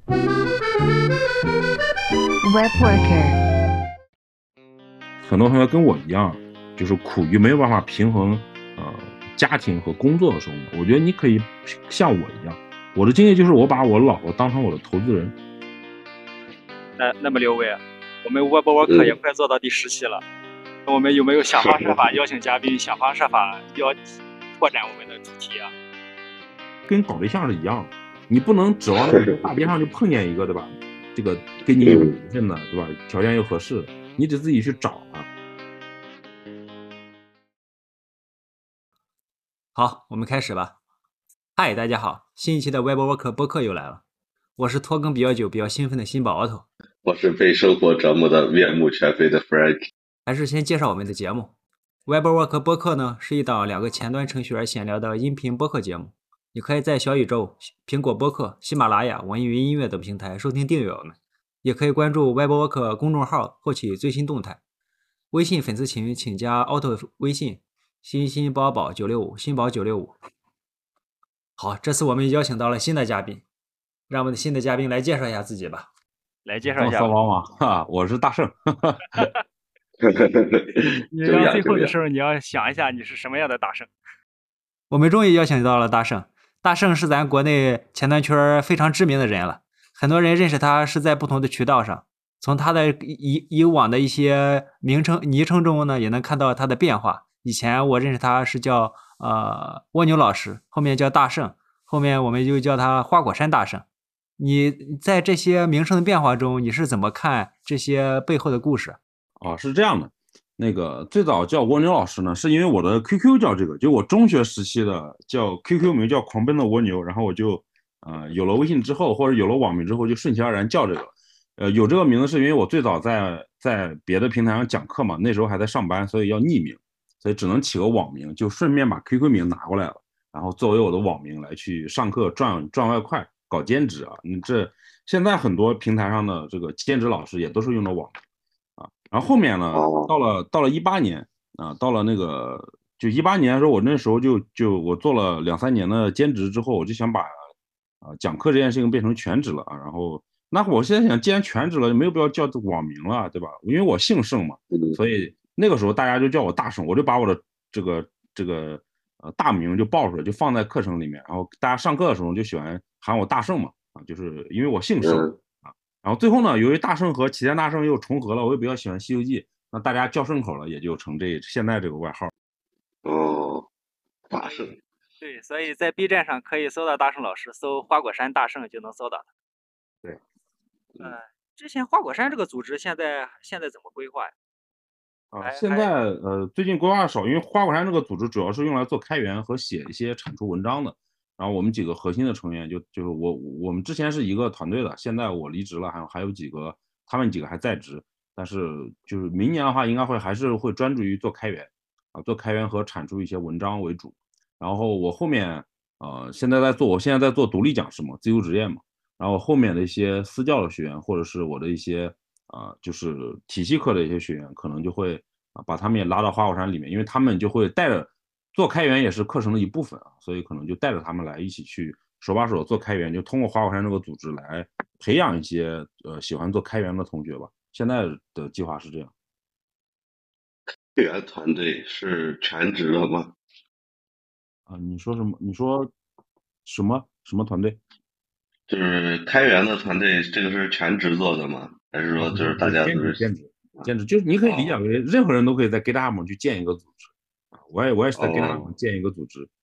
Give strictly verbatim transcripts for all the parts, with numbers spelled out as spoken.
Web worker， 很多同学跟我一样，就是苦于没有办法平衡呃家庭和工作的生活。我觉得你可以像我一样，我的经历就是我把我老婆当成我的投资人。 那那么刘伟，我们 Web worker 也快做到第十期了，我们有没有想方设法邀请嘉宾，想方设法要拓展我们的主题啊？ 跟搞对象是一样的，你不能指望在大街上就碰见一个，对吧？这个跟你有缘分的，对吧？条件又合适的，你得自己去找啊。 好，我们开始吧。嗨，大家好，新一期的 Web worker 播客又来了，我是拖更比较久、比较兴奋的新宝 Otto， 我是被生活折磨的面目全非的 Frank。 还是先介绍我们的节目。Web worker 播客呢，是一档两个前端程序员闲聊的音频播客节目。你可以在小宇宙、苹果播客、喜马拉雅、网易云音乐等平台收听订阅我们，也可以关注 Web worker 公众号获取最新动态。微信粉丝群请加 Otto 微信新新宝宝九六五新宝九六五。好，这次我们邀请到了新的嘉宾，让我们的新的嘉宾来介绍一下自己吧。 来介绍一下骚包吗？哈，我是大圣。 你让最后的时候你要想一下你是什么样的大圣。 我们终于邀请到了大圣，大圣是咱国内前端圈非常知名的人了，很多人认识他是在不同的渠道上，从他的以以往的一些名称昵称中呢，也能看到他的变化。以前我认识他是叫呃蜗牛老师，后面叫大圣，后面我们就叫他花果山大圣。你在这些名称的变化中，你是怎么看这些背后的故事？ 哦，是这样的，那个最早叫蜗牛老师呢，是因为我的 Q Q 叫这个，就我中学时期的叫 Q Q 名叫狂奔的蜗牛，然后我就呃有了微信之后，或者有了网名之后，就顺其而然叫这个。呃，有这个名字是因为我最早在在别的平台上讲课嘛，那时候还在上班，所以要匿名，所以只能起个网名，就顺便把 Q Q 名拿过来了，然后作为我的网名来去上课赚赚外快，搞兼职啊。你这现在很多平台上的这个兼职老师也都是用的网名。啊，然后后面呢，到了到了一八年啊，到了那个就一八年的时候，我那时候就就我做了两三年的兼职之后，我就想把啊讲课这件事情变成全职了啊。然后那我现在想，既然全职了，就没有必要叫网名了，对吧？因为我姓盛嘛，所以那个时候大家就叫我大圣，我就把我的这个这个呃大名就报出来，就放在课程里面，然后大家上课的时候就喜欢喊我大圣嘛，啊，就是因为我姓盛。然后最后呢，由于大圣和齐天大圣又重合了，我又比较喜欢《西游记》，那大家叫顺口了，也就成这现在这个外号。 哦，大圣。 对，所以在 B 站上可以搜到大圣老师，搜花果山大圣就能搜到他。 对。 呃，之前花果山这个组织现在现在怎么规划呀？ 啊，现在呃最近规划少，因为花果山这个组织主要是用来做开源和写一些产出文章的。然后我们几个核心的成员就就是我我们之前是一个团队的，现在我离职了，还有还有几个他们几个还在职，但是就是明年的话应该会还是会专注于做开源啊，做开源和产出一些文章为主。然后我后面呃现在在做我现在在做独立讲师嘛，自由职业嘛，然后后面的一些私教的学员或者是我的一些啊、呃、就是体系课的一些学员，可能就会啊把他们也拉到花果山里面，因为他们就会带着。做开源也是课程的一部分啊，所以可能就带着他们来一起去手把手做开源，就通过花果山这个组织来培养一些呃喜欢做开源的同学吧。现在的计划是这样。 开源团队是全职的吗？ 啊，你说什么？你说什么什么团队？ 就是开源的团队，这个是全职做的吗？还是说就是大家都是兼职？兼职就是你可以理解为任何人都可以在 GitHub 上去建一个组织。我也我也是在 GitHub 上建一个组织。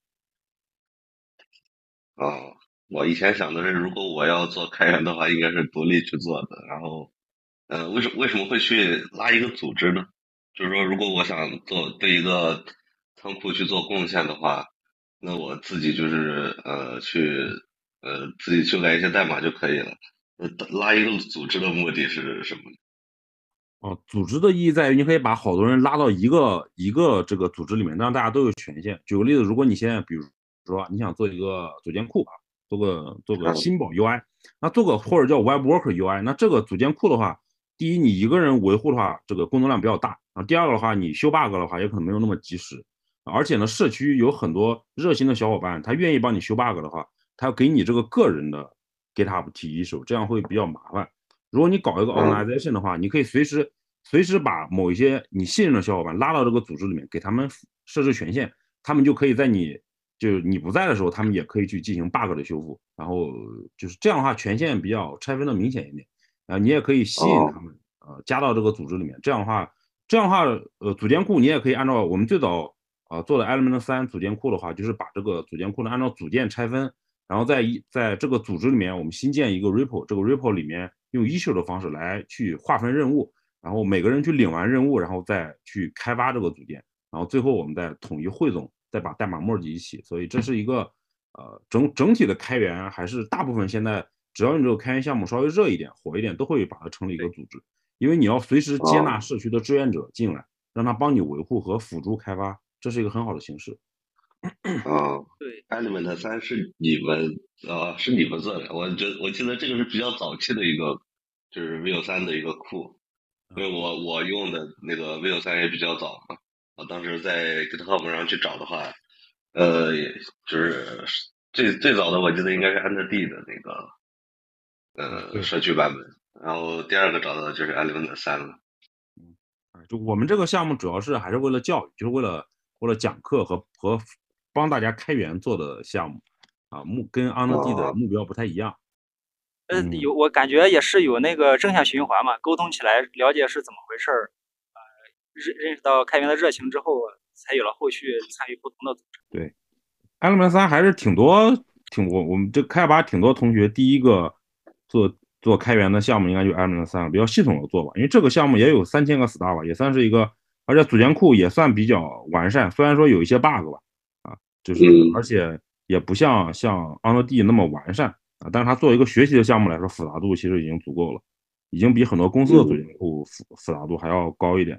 哦，我以前想的是，如果我要做开源的话，应该是独立去做的。然后，呃，为什为什么会去拉一个组织呢？就是说，如果我想做对一个仓库去做贡献的话，那我自己就是呃去呃自己修改一些代码就可以了。呃，拉一个组织的目的是什么呢？ 哦，组织的意义在于你可以把好多人拉到一个一个这个组织里面，让大家都有权限。举个例子，如果你现在比如说你想做一个组件库啊，做个做个新宝 U I， 那做个或者叫 Web Worker U I， 那这个组件库的话，第一你一个人维护的话，这个工作量比较大，然后第二个的话，你修 bug 的话也可能没有那么及时，而且呢，社区有很多热心的小伙伴，他愿意帮你修 bug 的话，他要给你这个个人的 GitHub 提一手，这样会比较麻烦。如果你搞一个嗯 organization 的话，你可以随时随时把某一些你信任的小伙伴拉到这个组织里面，给他们设置权限，他们就可以在你就是你不在的时候，他们也可以去进行 bug 的修复，然后就是这样的话，权限比较拆分的明显一点。啊、你也可以吸引他们呃加到这个组织里面，这样的话，这样的话，呃，组件库你也可以按照我们最早啊、呃做的 Element 三组件库的话，就是把这个组件库呢按照组件拆分，然后在一在这个组织里面，我们新建一个 repo，这个 repo 里面用 issue 的方式来去划分任务，然后每个人去领完任务，然后再去开发这个组件，然后最后我们再统一汇总，再把代码 merge 一起。所以这是一个呃整整体的开源，还是大部分现在只要你这个开源项目稍微热一点、火一点，都会把它成立一个组织，因为你要随时接纳社区的志愿者进来，让他帮你维护和辅助开发，这是一个很好的形式。 啊对， ，Element 三是你们啊是你们做的，我觉我记得这个是比较早期的一个就是 Vue 三的一个库，因为我我用的那个 Vue 三也比较早嘛，我当时在 GitHub 上去找的话，呃，也就是最最早的我记得应该是 Entity 的那个呃社区版本，然后第二个找到的就是 Element 三了。 就我们这个项目主要是还是为了教育，就是为了为了讲课和和帮大家开源做的项目啊，目跟 Honor 的目标不太一样。 呃， 嗯有我感觉也是有那个正向循环嘛，沟通起来了解是怎么回事儿，呃，认认识到开源的热情之后，才有了后续参与不同的组织。 对 Element 三还是挺多挺我我们这开发挺多同学第一个做做开源的项目应该就 Element 三比较系统的做吧，因为这个项目也有三千个 star 吧，也算是一个，而且组件库也算比较完善，虽然说有一些 bug 吧，啊，就是嗯而且也不像像 Honor 那么完善啊，但是它作为一个学习的项目来说，复杂度其实已经足够了，已经比很多公司的组件库复复杂度还要高一点。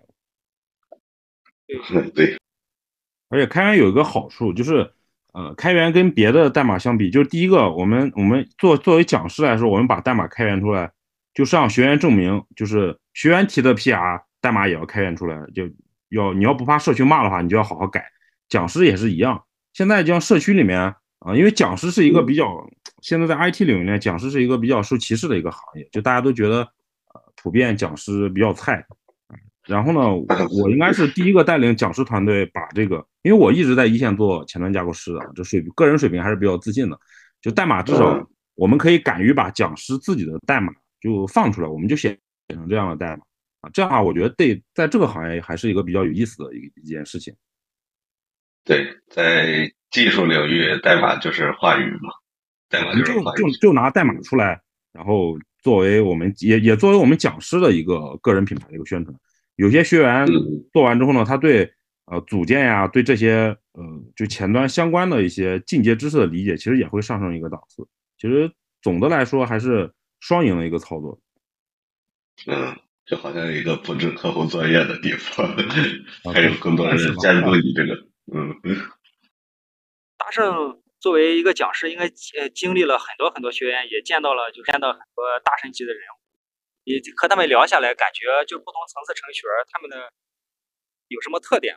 对， 对， 而且开源有一个好处就是，呃，开源跟别的代码相比，就是第一个，我们我们作作为讲师来说，我们把代码开源出来，就上学员证明，就是学员提的 P R 代码也要开源出来，就要你要不怕社区骂的话，你就要好好改。讲师也是一样，现在就像社区里面啊、呃，因为讲师是一个比较，现在在 I T 领域内，讲师是一个比较受歧视的一个行业，就大家都觉得，呃，普遍讲师比较菜。然后呢，我应该是第一个带领讲师团队把这个，因为我一直在一线做前端架构师的，这水个人水平还是比较自信的。就代码至少我们可以敢于把讲师自己的代码就放出来，我们就写成这样的代码啊，这样的话，我觉得对在这个行业还是一个比较有意思的一一件事情。 对，在技术领域，代码就是话语嘛，代码就是话语。 就就就拿代码出来，然后作为我们也也作为我们讲师的一个个人品牌的一个宣传。有些学员做完之后呢，他对呃组件呀，对这些呃就前端相关的一些进阶知识的理解，其实也会上升一个档次。其实总的来说还是双赢的一个操作。 嗯，就好像一个布置客户作业的地方，还有更多人监督你这个。嗯， 大圣作为一个讲师，应该呃经历了很多很多学员，也见到了就见到很多大神级的人物。你和他们聊下来，感觉就不同层次程序员他们的有什么特点？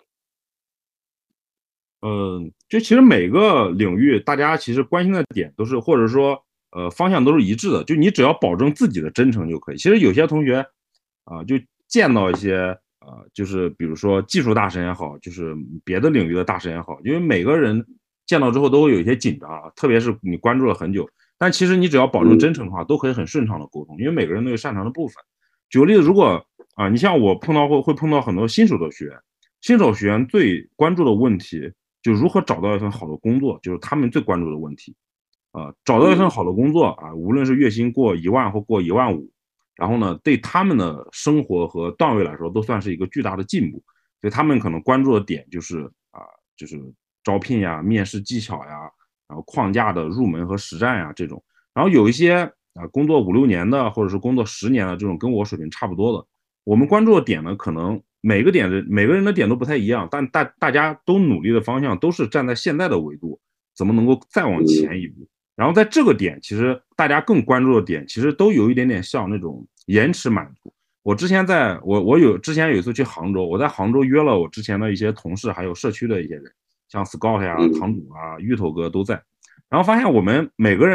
嗯，就其实每个领域大家其实关心的点都是，或者说呃方向都是一致的，就你只要保证自己的真诚就可以。其实有些同学啊、呃，就见到一些呃，就是比如说技术大神也好，就是别的领域的大神也好，因为每个人见到之后都会有一些紧张啊，特别是你关注了很久。但其实你只要保证真诚的话，都可以很顺畅的沟通，因为每个人都有擅长的部分。举个例子，如果啊，你像我碰到会会碰到很多新手的学员，新手学员最关注的问题，就如何找到一份好的工作，就是他们最关注的问题。啊，找到一份好的工作啊，无论是月薪过一万或过一万五，然后呢，对他们的生活和段位来说，都算是一个巨大的进步。所以他们可能关注的点就是啊，就是招聘呀、面试技巧呀。然后框架的入门和实战呀这种，然后有一些啊工作五六年的或者是工作十年的这种跟我水平差不多的，我们关注的点呢，可能每个点的每个人的点都不太一样，但大大家都努力的方向都是站在现在的维度，怎么能够再往前一步？然后在这个点，其实大家更关注的点，其实都有一点点像那种延迟满足。我之前在我我有之前有一次去杭州，我在杭州约了我之前的一些同事，还有社区的一些人。像 Scott 呀、堂主啊、芋头哥都在，然后发现我们每个人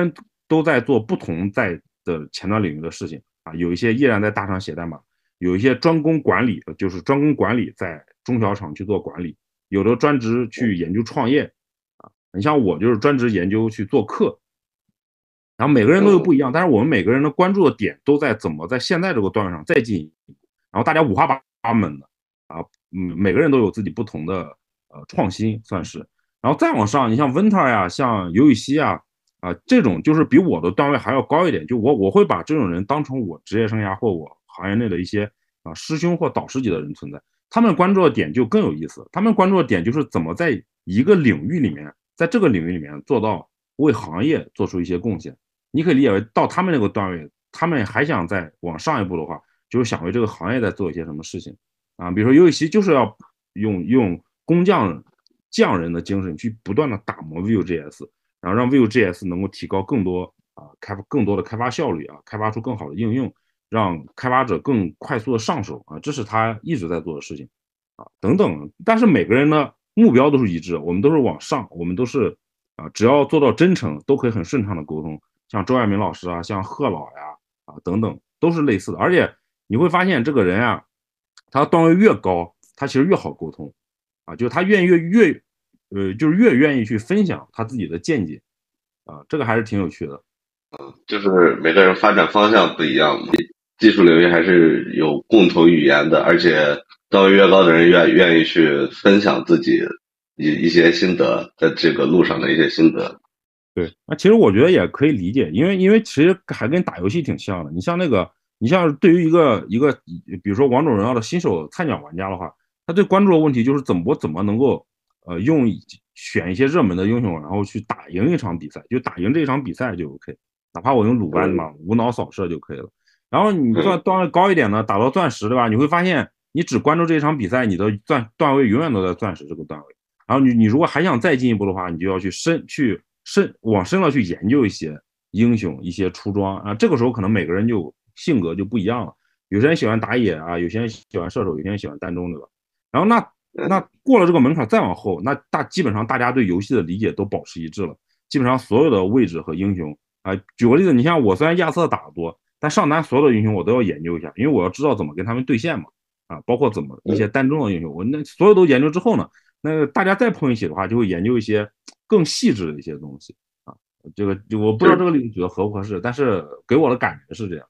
都在做不同在的前端领域的事情啊，有一些依然在大厂写代码，有一些专攻管理，就是专攻管理在中小厂去做管理，有的专职去研究创业啊，你像我就是专职研究去做课，然后每个人都有不一样，但是我们每个人的关注的点都在怎么在现在这个段位上再进一步，然后大家五花八门的啊，嗯，每个人都有自己不同的呃创新算是，然后再往上，你像 Winter 呀，像尤雨溪啊。啊，这种就是比我的段位还要高一点，就我我会把这种人当成我职业生涯或我行业内的一些啊师兄或导师级的人存在。他们关注的点就更有意思，他们关注的点就是怎么在一个领域里面，在这个领域里面做到为行业做出一些贡献。你可以理解为到他们那个段位，他们还想再往上一步的话，就是想为这个行业在做一些什么事情啊。比如说尤雨溪就是要用用工匠匠人的精神去不断的打磨 Vue.js。然后让 Vue.js 能够提高更多啊开发更多的开发效率啊，开发出更好的应用，让开发者更快速的上手啊，这是他一直在做的事情啊等等。但是每个人的目标都是一致，我们都是往上，我们都是啊，只要做到真诚，都可以很顺畅的沟通。像周爱民老师啊，像贺老呀啊等等，都是类似的。而且你会发现这个人啊，他段位越高，他其实越好沟通啊，就是他愿意越越。呃，就是越愿意去分享他自己的见解，啊，这个还是挺有趣的。 嗯，就是每个人发展方向不一样嘛，技术领域还是有共同语言的，而且段位越高的人愿愿意去分享自己一一些心得，在这个路上的一些心得。 对，那其实我觉得也可以理解，因为因为其实还跟打游戏挺像的。你像那个，你像对于一个一个，比如说王者荣耀的新手菜鸟玩家的话，他最关注的问题就是怎么我怎么能够。呃，用选一些热门的英雄，然后去打赢一场比赛，就打赢这一场比赛就 OK， 哪怕我用鲁班嘛，无脑扫射就可以了。然后你段段位高一点呢，打到钻石，对吧？你会发现，你只关注这一场比赛，你的钻段位永远都在钻石这个段位。然后你你如果还想再进一步的话，你就要去深去深往深了去研究一些英雄、一些出装啊。这个时候可能每个人就性格就不一样了，有些人喜欢打野啊，有些人喜欢射手，有些人喜欢单中，对吧？然后那。那过了这个门槛再往后，那大基本上大家对游戏的理解都保持一致了，基本上所有的位置和英雄啊、呃，举个例子，你像我虽然亚瑟打得多，但上单所有的英雄我都要研究一下，因为我要知道怎么跟他们对线嘛，啊，包括怎么一些单中的英雄，我那所有都研究之后呢，那大家再碰一起的话，就会研究一些更细致的一些东西啊，这个我不知道这个例子举的合不合适，但是给我的感觉是这样，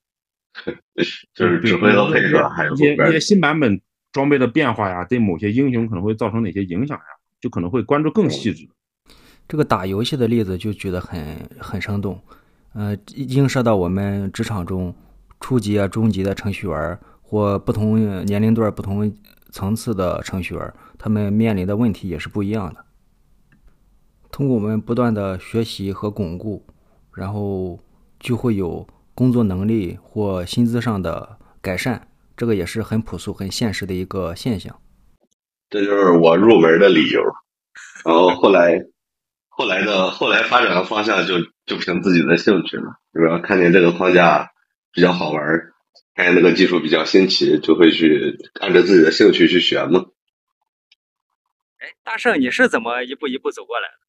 就是指挥和配合，还有一些一些新版本。装备的变化呀，对某些英雄可能会造成哪些影响呀，就可能会关注更细致。 这个打游戏的例子就举得很很生动，呃，映射到我们职场中初级啊、中级的程序员或不同年龄段、不同层次的程序员，他们面临的问题也是不一样的。通过我们不断的学习和巩固，然后就会有工作能力或薪资上的改善。这个也是很朴素、很现实的一个现象。 这就是我入门的理由。然后后来，后来的后来发展的方向就就凭自己的兴趣了。比如说看见这个框架比较好玩，看见那个技术比较新奇，就会去按照自己的兴趣去学嘛。 哎，大圣，你是怎么一步一步走过来的？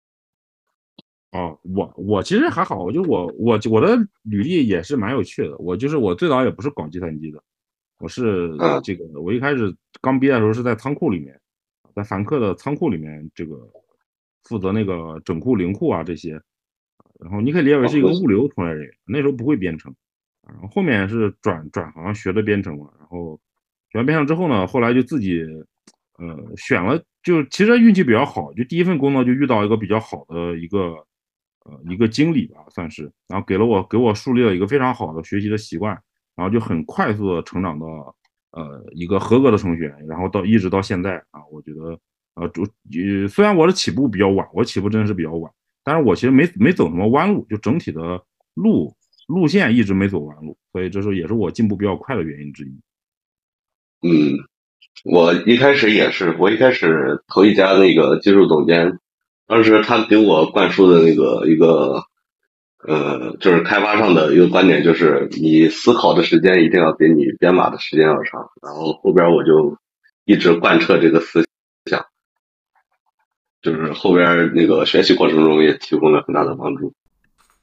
哦，我我其实还好，我就我我我的履历也是蛮有趣的。我就是我最早也不是搞计算机的。我是这个，我一开始刚毕业的时候是在仓库里面，在凡客的仓库里面，这个负责那个整库、零库啊这些。然后你可以理解为是一个物流从业人员，那时候不会编程，然后后面是转转行学的编程嘛。然后学完编程之后呢，后来就自己呃选了，就其实运气比较好，就第一份工作就遇到一个比较好的一个呃一个经理吧，算是，然后给了我给我树立了一个非常好的学习的习惯。然后就很快速的成长到呃一个合格的程序员，然后到一直到现在啊，我觉得呃就呃虽然我的起步比较晚，我起步真的是比较晚，但是我其实没没走什么弯路，就整体的路路线一直没走弯路，所以这是也是我进步比较快的原因之一。 嗯，我一开始也是，我一开始头一家那个技术总监，当时他给我灌输的那个一个。呃，就是开发上的一个观点，就是你思考的时间一定要比你编码的时间要长。然后后边我就一直贯彻这个思想，就是后边那个学习过程中也提供了很大的帮助。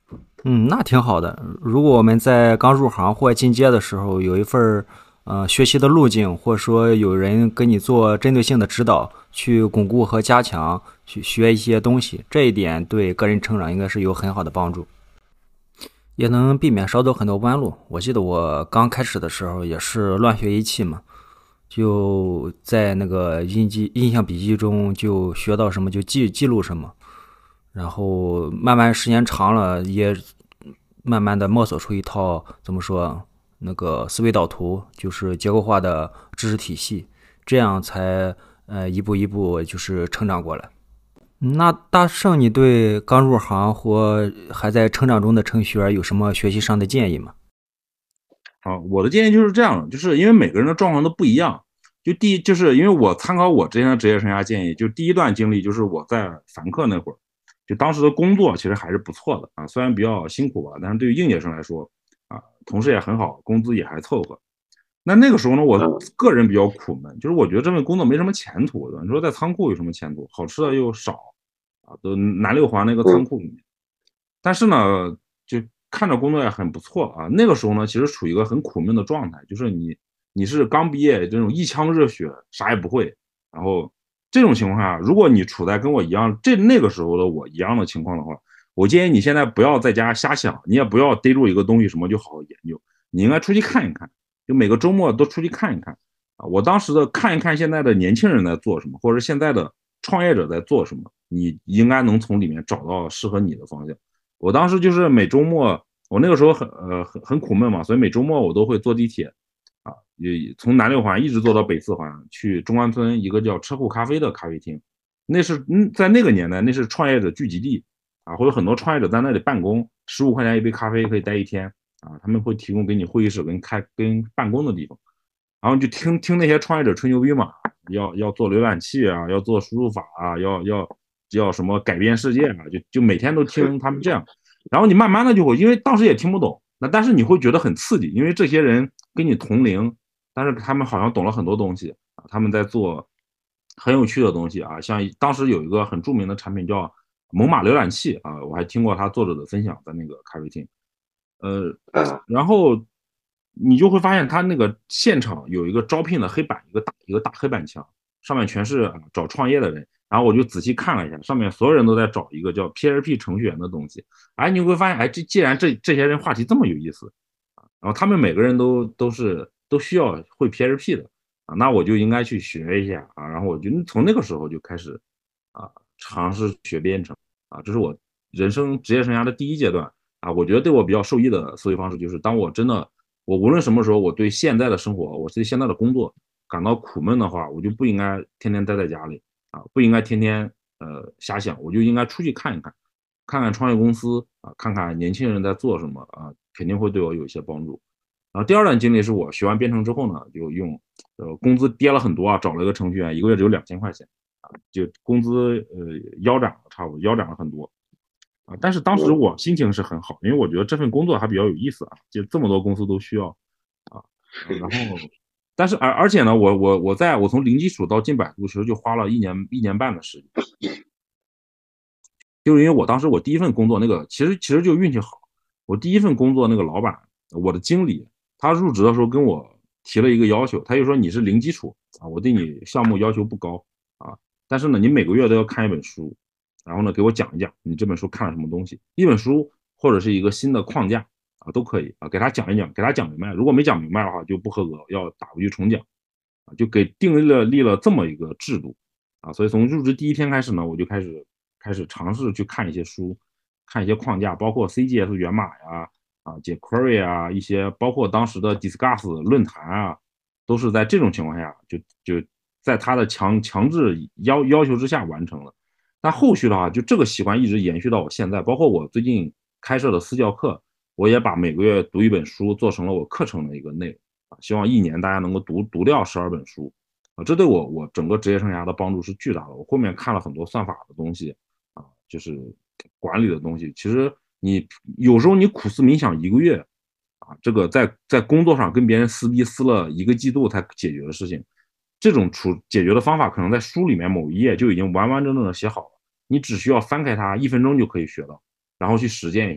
嗯，那挺好的。如果我们在刚入行或进阶的时候有一份呃学习的路径，或者说有人给你做针对性的指导，去巩固和加强，去学一些东西，这一点对个人成长应该是有很好的帮助，也能避免少走很多弯路。我记得我刚开始的时候也是乱学一气嘛，就在那个印记印象笔记中就学到什么就记记录什么，然后慢慢时间长了，也慢慢的摸索出一套怎么说那个思维导图，就是结构化的知识体系，这样才呃一步一步就是成长过来。那大圣，你对刚入行或还在成长中的程序员有什么学习上的建议吗？ 啊，我的建议就是这样，就是因为每个人的状况都不一样。就第一，就是因为我参考我之前的职业生涯建议，就第一段经历就是我在凡客那会儿，就当时的工作其实还是不错的啊，虽然比较辛苦吧，但是对于应届生来说啊，同事也很好，工资也还凑合。那那个时候呢，我个人比较苦闷，就是我觉得这份工作没什么前途的。你说在仓库有什么前途？好吃的又少啊，都南六环那个仓库里面。但是呢，就看着工作也很不错啊。那个时候呢，其实处于一个很苦闷的状态，就是你你是刚毕业，这种一腔热血，啥也不会。然后这种情况下，如果你处在跟我一样，这那个时候的我一样的情况的话，我建议你现在不要在家瞎想，你也不要逮住一个东西什么就好好研究，你应该出去看一看，就每个周末都出去看一看啊。我当时的看一看现在的年轻人在做什么，或者现在的创业者在做什么，你应该能从里面找到适合你的方向。我当时就是每周末，我那个时候很呃很很苦闷嘛，所以每周末我都会坐地铁，啊，也从南六环一直坐到北四环，去中关村一个叫车库咖啡的咖啡厅，那是嗯在那个年代那是创业者聚集地啊，会有很多创业者在那里办公，十五块钱一杯咖啡可以待一天啊，他们会提供给你会议室跟开跟办公的地方，然后就听听那些创业者吹牛逼嘛，要要做浏览器啊，要做输入法啊，要要要什么改变世界啊，就就每天都听他们这样，然后你慢慢的就会，因为当时也听不懂，那但是你会觉得很刺激，因为这些人跟你同龄，但是他们好像懂了很多东西啊，他们在做很有趣的东西啊，像当时有一个很著名的产品叫猛犸浏览器啊，我还听过他作者的分享，在那个咖啡厅，呃，然后你就会发现他那个现场有一个招聘的黑板，一个大一个大黑板墙，上面全是找创业的人。然后我就仔细看了一下，上面所有人都在找一个叫 P H P 程序员的东西。哎，你会发现，哎，这既然这这些人话题这么有意思啊，然后他们每个人都都是都需要会 P H P 的啊，那我就应该去学一下啊。然后我就从那个时候就开始啊尝试学编程啊，这是我人生职业生涯的第一阶段啊。我觉得对我比较受益的思维方式就是，当我真的我无论什么时候，我对现在的生活，我对现在的工作感到苦闷的话，我就不应该天天待在家里。啊，不应该天天呃瞎想，我就应该出去看一看，看看创业公司啊，看看年轻人在做什么啊，肯定会对我有一些帮助。然后第二段经历是我学完编程之后呢，就用呃工资跌了很多啊，找了一个程序员，一个月只有两千块钱啊，就工资呃腰斩了，差不多腰斩了很多啊。但是当时我心情是很好，因为我觉得这份工作还比较有意思啊，就这么多公司都需要啊，然后。但是而而且呢，我我我在我从零基础到进百度，其实就花了一年一年半的时间，就是因为我当时我第一份工作那个其实其实就运气好，我第一份工作那个老板，我的经理，他入职的时候跟我提了一个要求，他就说你是零基础啊，我对你项目要求不高啊，但是呢你每个月都要看一本书，然后呢给我讲一讲你这本书看了什么东西，一本书或者是一个新的框架。啊，都可以啊，给他讲一讲，给他讲明白。如果没讲明白的话，就不合格，要打回去重讲。啊，就给订立了立了这么一个制度。啊，所以从入职第一天开始呢，我就开始开始尝试去看一些书，看一些框架，包括 C G S 源码呀，啊，jQuery 啊，一些包括当时的 Discuss 论坛啊，都是在这种情况下，就就在他的强强制要要求之下完成了。但后续的话，就这个习惯一直延续到我现在，包括我最近开设的私教课。我也把每个月读一本书做成了我课程的一个内容啊，希望一年大家能够读读掉十二本书啊，这对我我整个职业生涯的帮助是巨大的。我后面看了很多算法的东西啊，就是管理的东西。其实你有时候你苦思冥想一个月啊，这个在在工作上跟别人撕逼撕了一个季度才解决的事情，这种处解决的方法可能在书里面某一页就已经完完整整的写好了，你只需要翻开它一分钟就可以学到，然后去实践一下。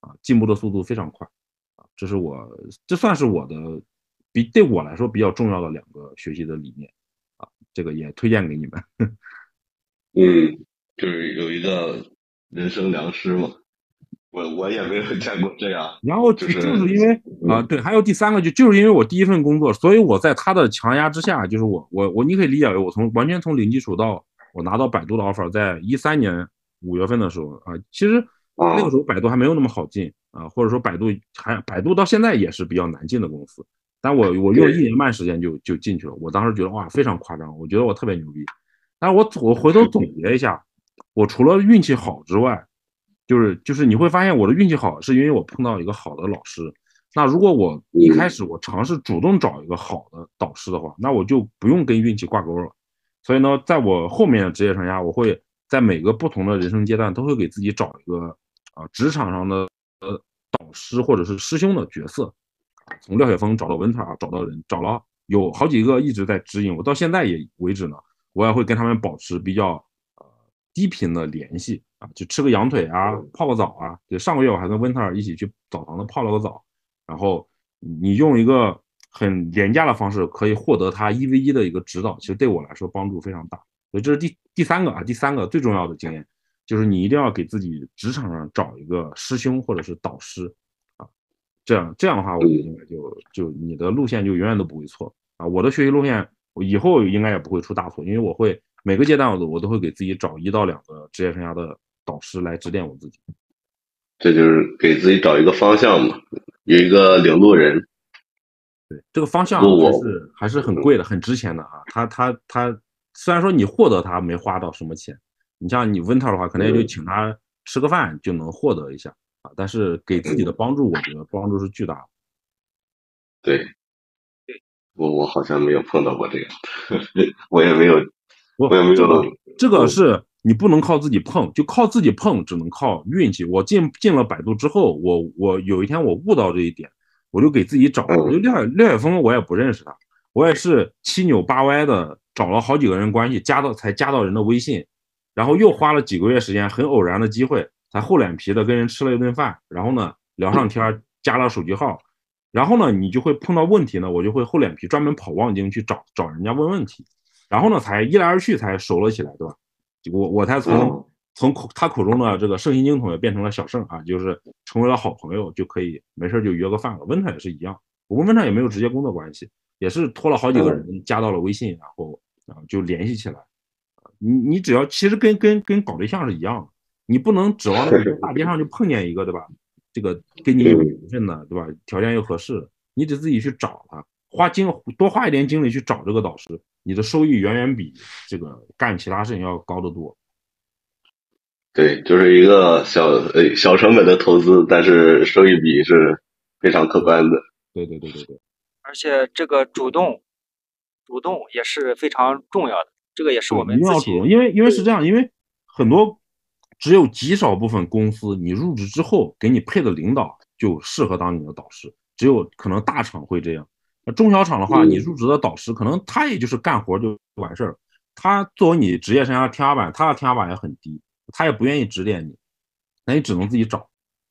啊，进步的速度非常快啊，这是我这算是我的比对我来说比较重要的两个学习的理念啊，这个也推荐给你们。 嗯，就是有一个人生良师嘛，我我也没有见过这样， 然后就就是因为啊、呃，对，还有第三个就就是因为我第一份工作，所以我在他的强压之下，就是我我我，你可以理解为我从完全从零基础到我拿到百度的 offer，在一三年五月份的时候啊、呃，其实那个时候百度还没有那么好进啊、呃，或者说百度还百度到现在也是比较难进的公司，但我我用一年半时间就就进去了，我当时觉得哇非常夸张，我觉得我特别牛逼，但是我我回头总结一下，我除了运气好之外。就是就是你会发现我的运气好，是因为我碰到一个好的老师。那如果我一开始我尝试主动找一个好的导师的话，那我就不用跟运气挂钩了。所以呢，在我后面的职业生涯，我会在每个不同的人生阶段都会给自己找一个啊职场上的呃导师或者是师兄的角色。从廖雪峰找到文塔，找到人，找了有好几个一直在指引我，到现在也为止呢，我也会跟他们保持比较呃低频的联系啊，就吃个羊腿啊，泡个澡啊。就上个月我还跟温特尔一起去澡堂子泡了个澡，然后你用一个很廉价的方式可以获得他一 v 一的一个指导，其实对我来说帮助非常大。所以这是第第三个啊，第三个最重要的经验，就是你一定要给自己职场上找一个师兄或者是导师啊，这样这样的话，我觉得应该就就你的路线就永远都不会错啊。我的学习路线，我以后应该也不会出大错，因为我会每个阶段我都我都会给自己找一到两个职业生涯的导师来指点我自己。 这就是给自己找一个方向嘛，有一个领路人。 对，这个方向还是还是很贵的，很值钱的啊。他他他，虽然说你获得它没花到什么钱，你像你温特的话，可能也就请他吃个饭就能获得一下啊。但是给自己的帮助，我觉得帮助是巨大的。 对，我我好像没有碰到过这个，我也没有，我也没有。 这个这个是你不能靠自己碰，就靠自己碰，只能靠运气。我进进了百度之后，我我有一天我悟到这一点。我就给自己找，就廖廖雪峰，我也不认识他，我也是七扭八歪的找了好几个人关系，加到才加到人的微信，然后又花了几个月时间，很偶然的机会，才厚脸皮的跟人吃了一顿饭，然后呢聊上天，加了手机号，然后呢你就会碰到问题呢，我就会厚脸皮专门跑望京去找找人家问问题，然后呢才一来二去才熟了起来，对吧？我我才从。从他口中的这个圣心经同学变成了小圣啊，就是成为了好朋友，就可以没事就约个饭了。温特也是一样，我跟温特也没有直接工作关系，也是托了好几个人加到了微信，然后啊就联系起来。你你只要其实跟跟跟搞对象是一样的，你不能指望那个大街上就碰见一个对吧？这个跟你有缘分的对吧？条件又合适，你得自己去找他，花精多花一点精力去找这个导师，你的收益远远比这个干其他事情要高得多。 对，就是一个小呃小成本的投资，但是收益比是非常可观的。 对对对对对。 而且这个主动，主动也是非常重要的。这个也是我们一定要主动，因为因为是这样，因为很多只有极少部分公司，你入职之后给你配的领导就适合当你的导师，只有可能大厂会这样。那中小厂的话，你入职的导师可能他也就是干活就完事儿，他作为你职业生涯天花板，他的天花板也很低。他也不愿意指点你，那你只能自己找。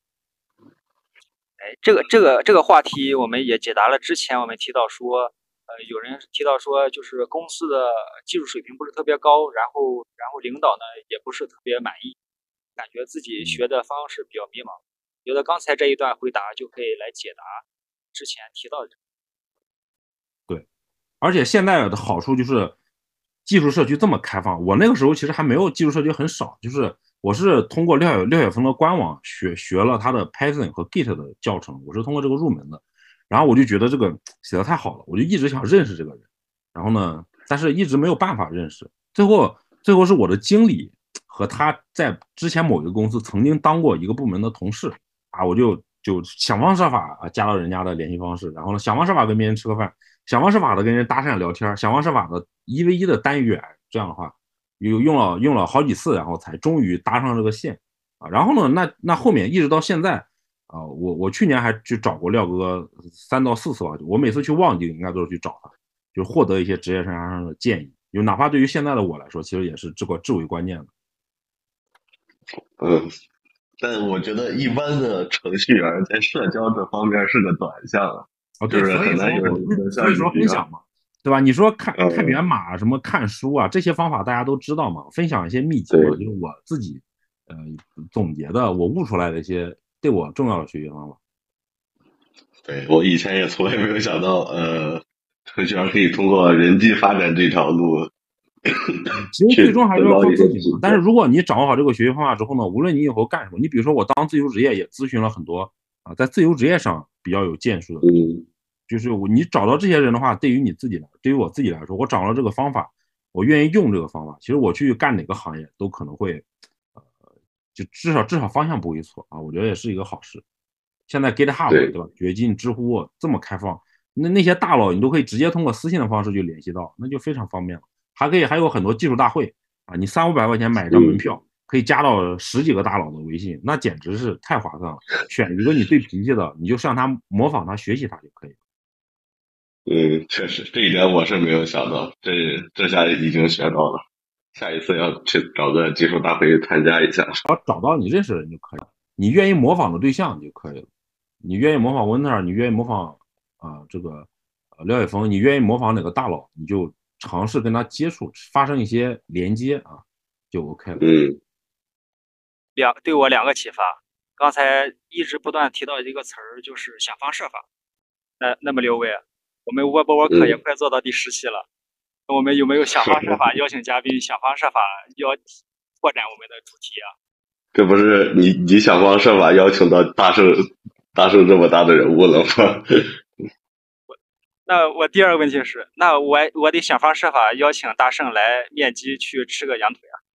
哎，这个这个这个话题我们也解答了。之前我们提到说，呃，有人提到说，就是公司的技术水平不是特别高，然后然后领导呢也不是特别满意，感觉自己学的方式比较迷茫。觉得刚才这一段回答就可以来解答之前提到的。 对，而且现在的好处就是。技术社区这么开放，我那个时候其实还没有技术社区很少，就是我是通过廖廖雪峰的官网学学了他的 Python 和 Git 的教程，我是通过这个入门的，然后我就觉得这个写的太好了，我就一直想认识这个人，然后呢，但是一直没有办法认识，最后最后是我的经理和他在之前某一个公司曾经当过一个部门的同事啊，我就就想方设法啊加到人家的联系方式，然后呢想方设法跟别人吃个饭。想方设法的跟人搭讪聊天，想方设法的一 v 一的单元，这样的话，有用了用了好几次，然后才终于搭上这个线啊。然后呢，那那后面一直到现在啊，我我去年还去找过廖哥三到四次吧，我每次去望京应该都是去找他，就获得一些职业生涯上的建议，就哪怕对于现在的我来说，其实也是这个至为关键的。 嗯， 但我觉得一般的程序员在社交这方面是个短项啊， 哦，对， 就是所以说很难有我人所以说像你一样。 分享嘛，对吧？你说看看嗯， 源码什么看书啊，这些方法大家都知道嘛，分享一些秘籍嘛， 对就是我自己呃总结的，我悟出来的一些对我重要的学习方法。 对，我以前也从来没有想到，呃，程序员可以通过人际发展这条路其实最终还是要去得到一些靠自己嘛。但是体验。 如果你掌握好这个学习方法之后呢，无论你以后干什么，你比如说我当自由职业也咨询了很多啊，在自由职业上比较有建树的人， 嗯就是我你找到这些人的话，对于你自己来，对于我自己来说，我掌握了这个方法，我愿意用这个方法，其实我去干哪个行业都可能会，呃，就至少至少方向不会错啊，我觉得也是一个好事。现在 GitHub 对， 对吧，掘金、知乎这么开放，那那些大佬你都可以直接通过私信的方式就联系到，那就非常方便了。还可以还有很多技术大会啊，你三五百块钱买一张门嗯票，可以加到十几个大佬的微信，那简直是太划算了。选一个你对脾气的，你就向他模仿他、学习他就可以了。 嗯，确实这一点我是没有想到，这这下已经学到了，下一次要去找个技术大会参加一下。 找到你认识的人就可以了，你愿意模仿的对象就可以了。你愿意模仿温特尔，你愿意模仿啊、呃、这个呃廖伟峰，你愿意模仿哪个大佬，你就尝试跟他接触，发生一些连接啊，就 OK 了。 嗯两对我两个启发。刚才一直不断提到一个词儿，就是想方设法。那那么刘伟，我们 Web Work 也嗯， 快做到第十期了，那我们有没有想方设法邀请嘉宾，想方设法要拓展我们的主题啊？ 这不是你你想方设法邀请到大圣大圣这么大的人物了吗？ 那我第二个问题是，那我我得想方设法邀请大圣来面基去吃个羊腿啊。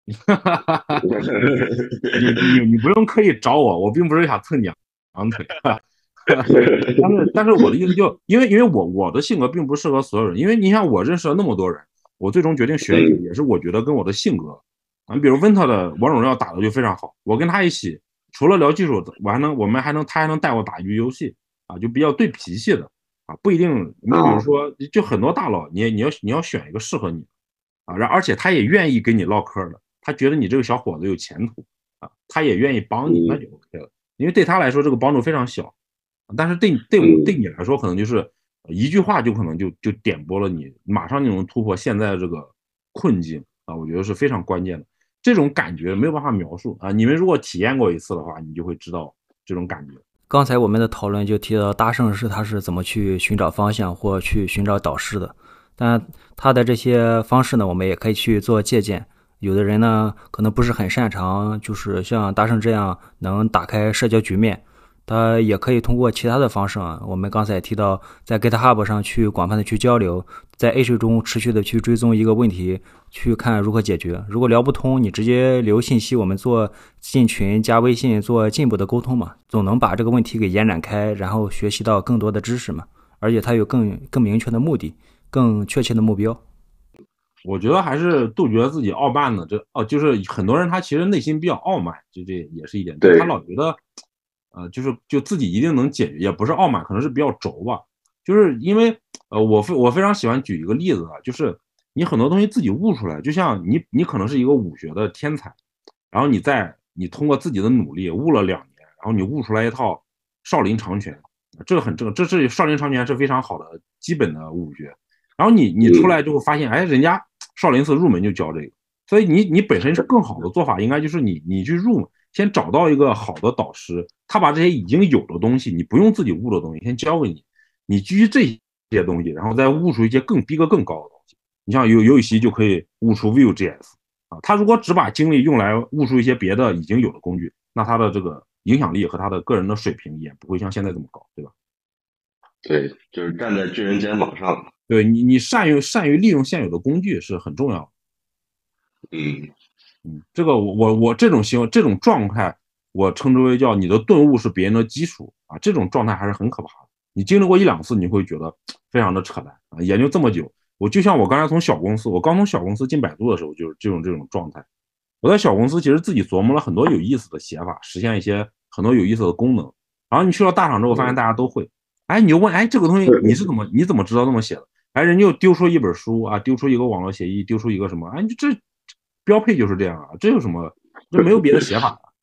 你你你不用刻意找我，我并不是想蹭你羊腿。但是但是我的意思就，因为因为我我的性格并不适合所有人，因为你像我认识了那么多人，我最终决定选一个， 嗯也是我觉得跟我的性格，啊，比如温特的王者荣耀打的就非常好，我跟他一起，除了聊技术，我还能我们还能他还能带我打一局游戏啊，就比较对脾气的啊，不一定，你比如说就很多大佬，你你要你要选一个适合你啊，然而且他也愿意跟你唠嗑的，他觉得你这个小伙子有前途啊，他也愿意帮你，那就 OK 了，因为对他来说这个帮助非常小。但是对对我对你来说，可能就是一句话就可能就就点拨了你，马上就能突破现在的这个困境啊！我觉得是非常关键的，这种感觉没有办法描述啊！你们如果体验过一次的话，你就会知道这种感觉。 刚才我们的讨论就提到大圣是他是怎么去寻找方向或去寻找导师的，但他的这些方式呢，我们也可以去做借鉴。有的人呢，可能不是很擅长，就是像大圣这样能打开社交局面。他也可以通过其他的方式啊，我们刚才也提到，在 GitHub 上去广泛的去交流，在 A 水中持续的去追踪一个问题，去看如何解决。如果聊不通，你直接留信息，我们做进群加微信做进一步的沟通嘛，总能把这个问题给延展开，然后学习到更多的知识嘛，而且它有更更明确的目的，更确切的目标。 我觉得还是杜绝自己傲慢的，这哦，就是很多人他其实内心比较傲慢，就这也是一点， 对他老觉得。呃，就是就自己一定能解决，也不是傲慢，可能是比较轴吧。就是因为呃，我非我非常喜欢举一个例子啊，就是你很多东西自己悟出来，就像你你可能是一个武学的天才，然后你在你通过自己的努力悟了两年，然后你悟出来一套少林长拳，这个很正，这是少林长拳是非常好的基本的武学。然后你你出来就会发现，哎，人家少林寺入门就教这个，所以你你本身是更好的做法，应该就是你你去入门。先找到一个好的导师，他把这些已经有的东西，你不用自己悟的东西，先教给你，你基于这些东西，然后再悟出一些更逼格更高的东西。你像有有一些就可以悟出 Vue.js 啊，他如果只把精力用来悟出一些别的已经有的工具，那他的这个影响力和他的个人的水平也不会像现在这么高，对吧？ 对，就是站在巨人肩膀上。 对你，你善于善于利用现有的工具是很重要的。 嗯。 嗯，这个我我我这种行为这种状态，我称之为叫你的顿悟是别人的基础啊，这种状态还是很可怕的。你经历过一两次，你会觉得非常的扯淡啊。研究这么久，我就像我刚才从小公司，我刚从小公司进百度的时候，就是这种这种状态。我在小公司其实自己琢磨了很多有意思的写法，实现一些很多有意思的功能。然后你去了大厂之后，发现大家都会，哎，你就问，哎，这个东西你是怎么你怎么知道这么写的？哎，人家又丢出一本书啊，丢出一个网络协议，丢出一个什么，哎，这。标配就是这样啊，这有什么？这没有别的写法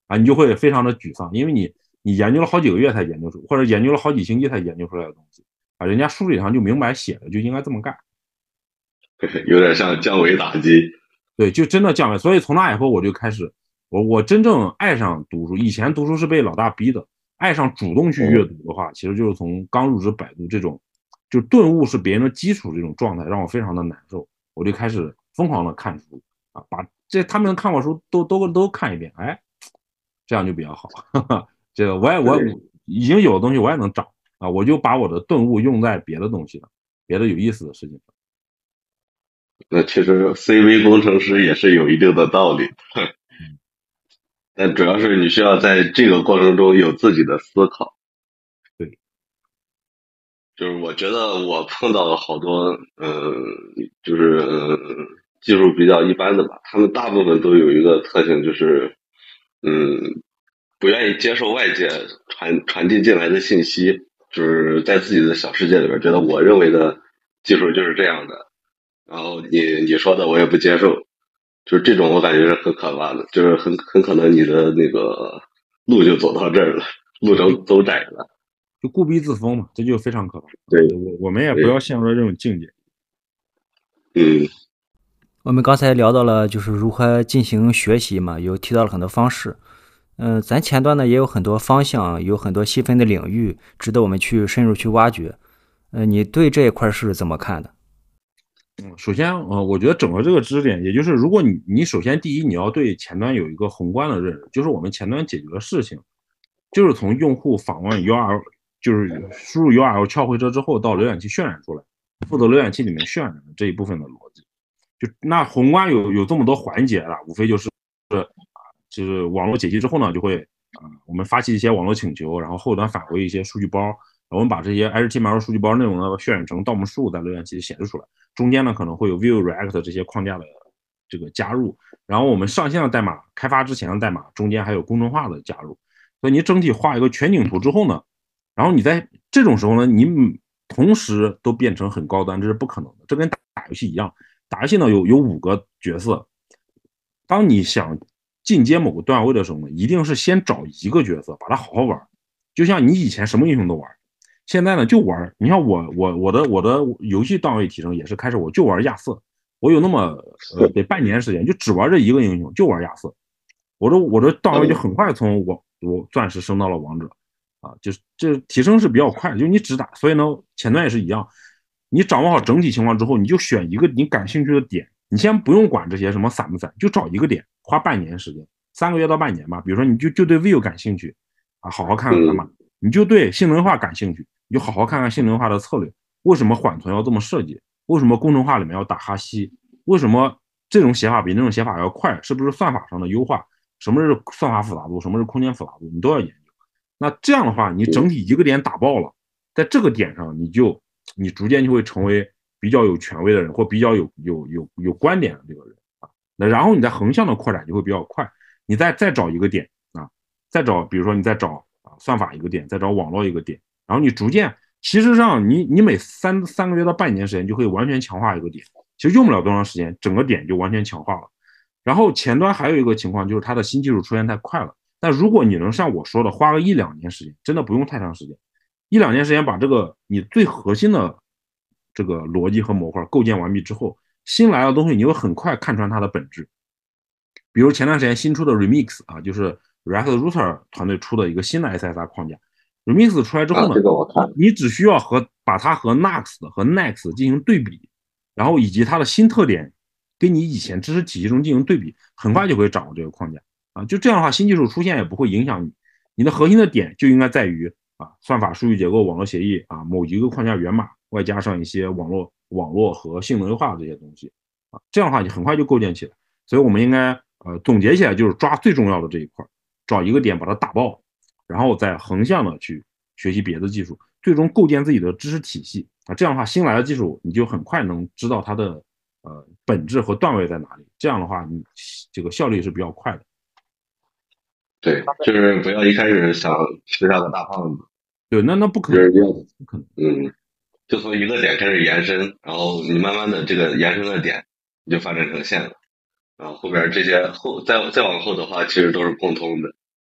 啊，你就会非常的沮丧，因为你你研究了好几个月才研究出，或者研究了好几星期才研究出来的东西啊，人家书里上就明白写的就应该这么干。 有点像降维打击。 对，就真的降维。所以从那以后我就开始，我我真正爱上读书。以前读书是被老大逼的，爱上主动去阅读的话，其实就是从刚入职百度这种，就顿悟是别人的基础这种状态，让我非常的难受。我就开始疯狂的看书啊，把这他们看过书都都都看一遍，哎，这样就比较好。这个我也我已经有的东西我也能找啊，我就把我的顿悟用在别的东西上，别的有意思的事情上。 那其实 C V 工程师也是有一定的道理，但主要是你需要在这个过程中有自己的思考。 对， 就是我觉得我碰到了好多，呃，就是呃技术比较一般的吧，他们大部分都有一个特性，就是嗯，不愿意接受外界传传递进来的信息，就是在自己的小世界里边，觉得我认为的技术就是这样的。然后你你说的我也不接受，就是这种我感觉是很可怕的，就是很很可能你的那个路就走到这儿了，路程走窄了， 就固逼自封嘛，这就非常可怕。 对， 我我们也不要陷入到这种境界。 嗯， 我们刚才聊到了就是如何进行学习嘛，有提到了很多方式。嗯、呃，咱前端呢也有很多方向，有很多细分的领域，值得我们去深入去挖掘。呃，你对这一块是怎么看的？ 嗯，首先，呃，我觉得整个这个知识点，也就是如果你你首先第一你要对前端有一个宏观的认识，就是我们前端解决的事情，就是从用户访问 U R L， 就是输入 U R L 撬回车之后到浏览器渲染出来，负责浏览器里面渲染的这一部分的逻辑。就那宏观有有这么多环节了，无非就是啊，就是网络解析之后呢，就会啊、呃，我们发起一些网络请求，然后后端返回一些数据包。我们把这些 H T M L 数据包内容呢渲染成 D O M 数，在浏览器里显示出来。中间呢可能会有 Vue、React 这些框架的这个加入，然后我们上线的代码、开发之前的代码，中间还有公众化的加入。所以你整体画一个全景图之后呢，然后你在这种时候呢，你同时都变成很高端，这是不可能的。这跟打游戏一样，打游戏呢有有五个角色，当你想进阶某个段位的时候呢，一定是先找一个角色，把它好好玩。就像你以前什么英雄都玩。现在呢就玩，你看我我我的我的游戏段位提升也是开始我就玩亚瑟，我有那么呃得半年时间就只玩这一个英雄，就玩亚瑟，我的我的段位就很快从我我钻石升到了王者，啊，就是这提升是比较快的，就你只打，所以呢前端也是一样，你掌握好整体情况之后，你就选一个你感兴趣的点，你先不用管这些什么散不散，就找一个点，花半年时间，三个月到半年吧，比如说你就就对 Vue 感兴趣啊，好好看看嘛，你就对性能化感兴趣。你就好好看看性能化的策略，为什么缓存要这么设计？为什么公众化里面要打哈希？为什么这种写法比那种写法要快？是不是算法上的优化？什么是算法复杂度？什么是空间复杂度？你都要研究。那这样的话，你整体一个点打爆了，在这个点上，你就你逐渐就会成为比较有权威的人，或比较有有有有观点的这个人啊。那然后你在横向的扩展就会比较快。你再再找一个点啊，再找，比如说你再找啊算法一个点，再找网络一个点。然后你逐渐，其实上你你每三三个月到半年时间就可以完全强化一个点，其实用不了多长时间，整个点就完全强化了。然后前端还有一个情况就是它的新技术出现太快了，但如果你能像我说的花个一两年时间，真的不用太长时间，一两年时间把这个你最核心的这个逻辑和模块构建完毕之后，新来的东西你会很快看穿它的本质。比如前段时间新出的 Remix 啊，就是 React Router 团队出的一个新的 S S R 框架。Remix 出来之后呢， 啊、这个我看你只需要和把它和 Next 和 Next 进行对比，然后以及它的新特点跟你以前知识体系中进行对比，很快就可以掌握这个框架啊。就这样的话，新技术出现也不会影响你，你的核心的点就应该在于啊，算法、数据结构、网络协议啊，某一个框架源码，外加上一些网络、网络和性能优化这些东西啊，这样的话你很快就构建起来。所以我们应该呃总结起来就是抓最重要的这一块，找一个点把它打爆。然后再横向的去学习别的技术，最终构建自己的知识体系啊。这样的话，新来的技术你就很快能知道它的呃本质和段位在哪里。这样的话，你这个效率是比较快的。 对，就是不要一开始想吃下个大胖子。 对，那那不可能，不可能。 嗯，就从一个点开始延伸，然后你慢慢的这个延伸的点，你就发展成线了。然后后边这些后再再往后的话，其实都是共通的。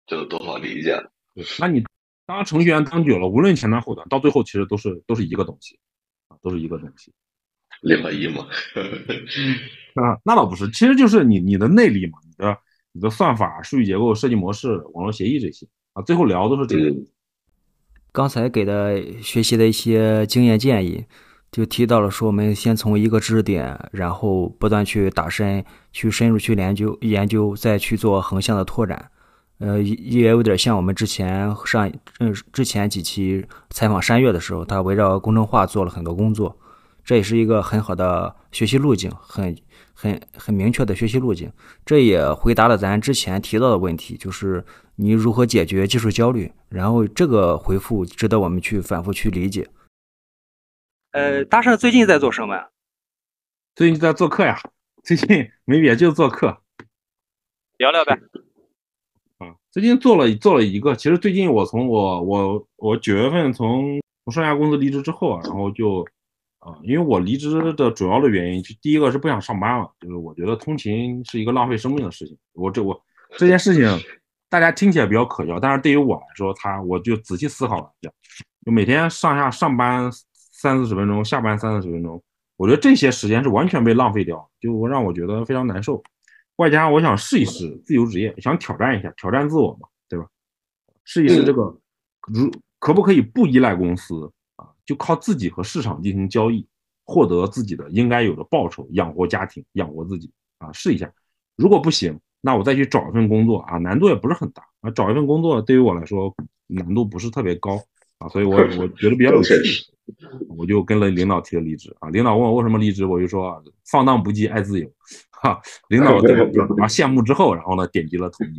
就都好理解了。 那你当程序员当久了，无论前端后端，到最后其实都是都是一个东西啊，都是一个东西。 零和一嘛。 啊，那倒不是，其实就是你你的内力嘛，你的你的算法、数据结构、设计模式、网络协议这些啊，最后聊都是这个。 嗯刚才给的学习的一些经验建议，就提到了说我们先从一个知识点，然后不断去打深，去深入去研究研究，再去做横向的拓展。呃，也有点像我们之前上嗯之前几期采访山岳的时候，他围绕工程化做了很多工作，这也是一个很好的学习路径，很很很明确的学习路径。这也回答了咱之前提到的问题，就是你如何解决技术焦虑，然后这个回复值得我们去反复去理解。 呃，大圣最近在做什么呀？ 最近在做课呀，最近没别就做课聊聊呗。 啊。最近做了做了一个，其实最近我从我我我九月份从从上家公司离职之后啊，然后就啊，因为我离职的主要的原因，就第一个是不想上班了，就是我觉得通勤是一个浪费生命的事情。我这我这件事情大家听起来比较可笑，但是对于我来说，他我就仔细思考了一下，就每天上下上班三四十分钟，下班三四十分钟，我觉得这些时间是完全被浪费掉，就让我觉得非常难受。外加我想试一试自由职业，想挑战一下，挑战自我嘛，对吧？试一试这个如可不可以不依赖公司啊，就靠自己和市场进行交易，获得自己的应该有的报酬，养活家庭，养活自己啊，试一下。如果不行，那我再去找一份工作啊，难度也不是很大啊，找一份工作对于我来说难度不是特别高啊，所以我我觉得比较有趣，我就跟了领导提了离职啊。领导问我为什么离职，我就说放荡不羁，爱自由。哈，领导对我表达羡慕之后，然后呢点击了同意。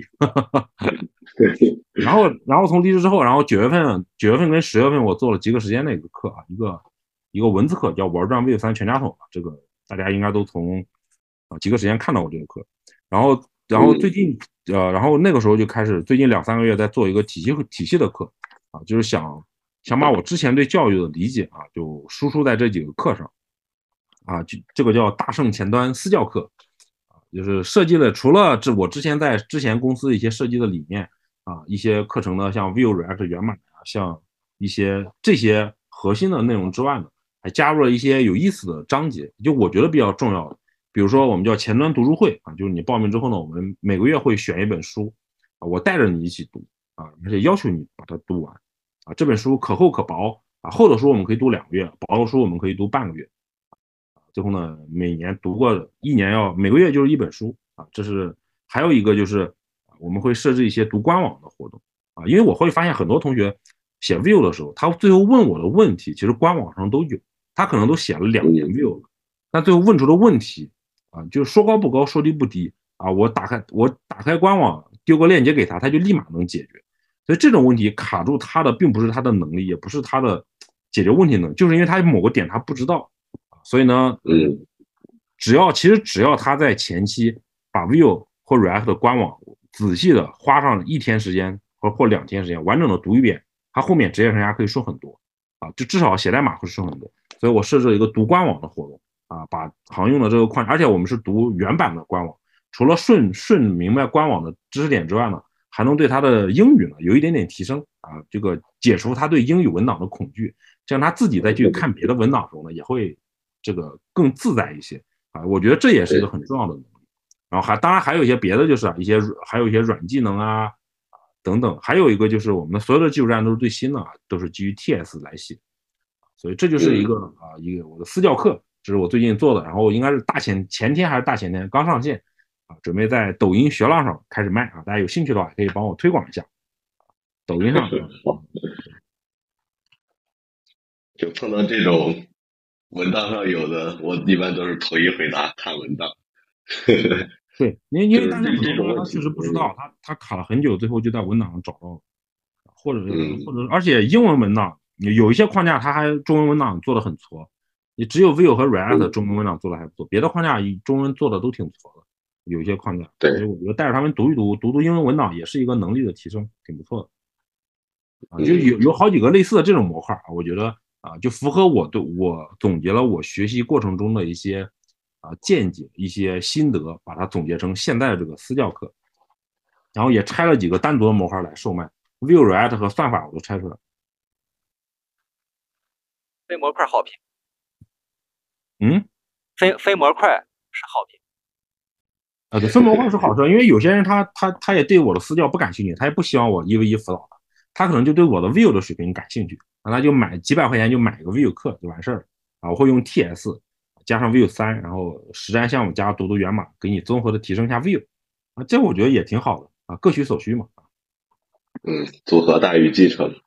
然后然后从离职之后，然后九月份九月份跟十月份我做了几个时间的一个课啊，一个一个文字课叫玩转 Web 三全家桶，这个大家应该都从啊几个时间看到过这个课。然后然后最近呃然后那个时候就开始最近两三个月在做一个体系体系的课啊，就是想想把我之前对教育的理解啊就输出在这几个课上啊，就这个叫大圣前端私教课啊，就是设计了除了这我之前在之前公司一些设计的理念啊，一些课程呢像 Vue React 源码啊，像一些这些核心的内容之外呢，还加入了一些有意思的章节，就我觉得比较重要的。比如说我们叫前端读书会啊，就是你报名之后呢，我们每个月会选一本书啊，我带着你一起读啊，而且要求你把它读完啊。这本书可厚可薄啊，厚的书我们可以读两个月，薄的书我们可以读半个月。最后呢，每年读过一年要每个月就是一本书啊。这是还有一个就是我们会设置一些读官网的活动啊，因为我会发现很多同学写 Vue 的时候，他最后问我的问题其实官网上都有，他可能都写了两年 Vue 了，但最后问出的问题啊，就是说高不高，说低不低啊。我打开我打开官网，丢个链接给他，他就立马能解决。所以这种问题卡住他的，并不是他的能力，也不是他的解决问题能力，就是因为他某个点他不知道。所以呢， 嗯， 只要其实只要他在前期把 Vue 或 React 的官网仔细的花上一天时间或或两天时间，完整的读一遍，他后面职业生涯可以顺很多啊，就至少写代码会顺很多。所以我设置了一个读官网的活动。啊，把常用的这个框，而且我们是读原版的官网，除了顺顺明白官网的知识点之外呢，还能对他的英语呢有一点点提升啊，这个解除他对英语文档的恐惧，这样他自己再去看别的文档的时候呢，也会这个更自在一些啊。我觉得这也是一个很重要的能力。然后还当然还有一些别的，就是啊一些还有一些软技能啊等等，还有一个就是我们的所有的技术栈都是最新的，都是基于 T S 来写，所以这就是一个啊一个我的私教课。这是我最近做的，然后应该是大前前天还是大前天刚上线啊，准备在抖音学浪上开始卖啊，大家有兴趣的话可以帮我推广一下。抖音上就碰到这种文档上有的，我一般都是头一回答看文档。 对，因为因为大家很多人他确实不知道，他他卡了很久，最后就在文档上找到了，或者或者而且英文文档有一些框架它还中文文档做的很挫。你只有 Vue 和 React 中文文档做的还不错，别的框架中文做的都挺错的，有一些框架。 对， 所以我觉得带着他们读一读，读读英文文档也是一个能力的提升，挺不错的。啊，就有有好几个类似的这种模块啊，我觉得啊，就符合我对我总结了我学习过程中的一些啊见解、一些心得，把它总结成现在的这个私教课。 然后也拆了几个单独的模块来售卖 ，Vue React 和算法我都拆出来。 非模块好评， 嗯， 非非模块是好评。 啊，对，分模块是好事，因为有些人他他他也对我的私教不感兴趣，他也不希望我一 v 一辅导他，他可能就对我的 Vue 的水平感兴趣，那他就买几百块钱就买个 Vue 课就完事儿了啊。我会用 T S 加上 Vue 三，然后实战项目加读读源码，给你综合的提升一下 Vue 啊，这我觉得也挺好的啊，各取所需嘛。 嗯，组合大于继承。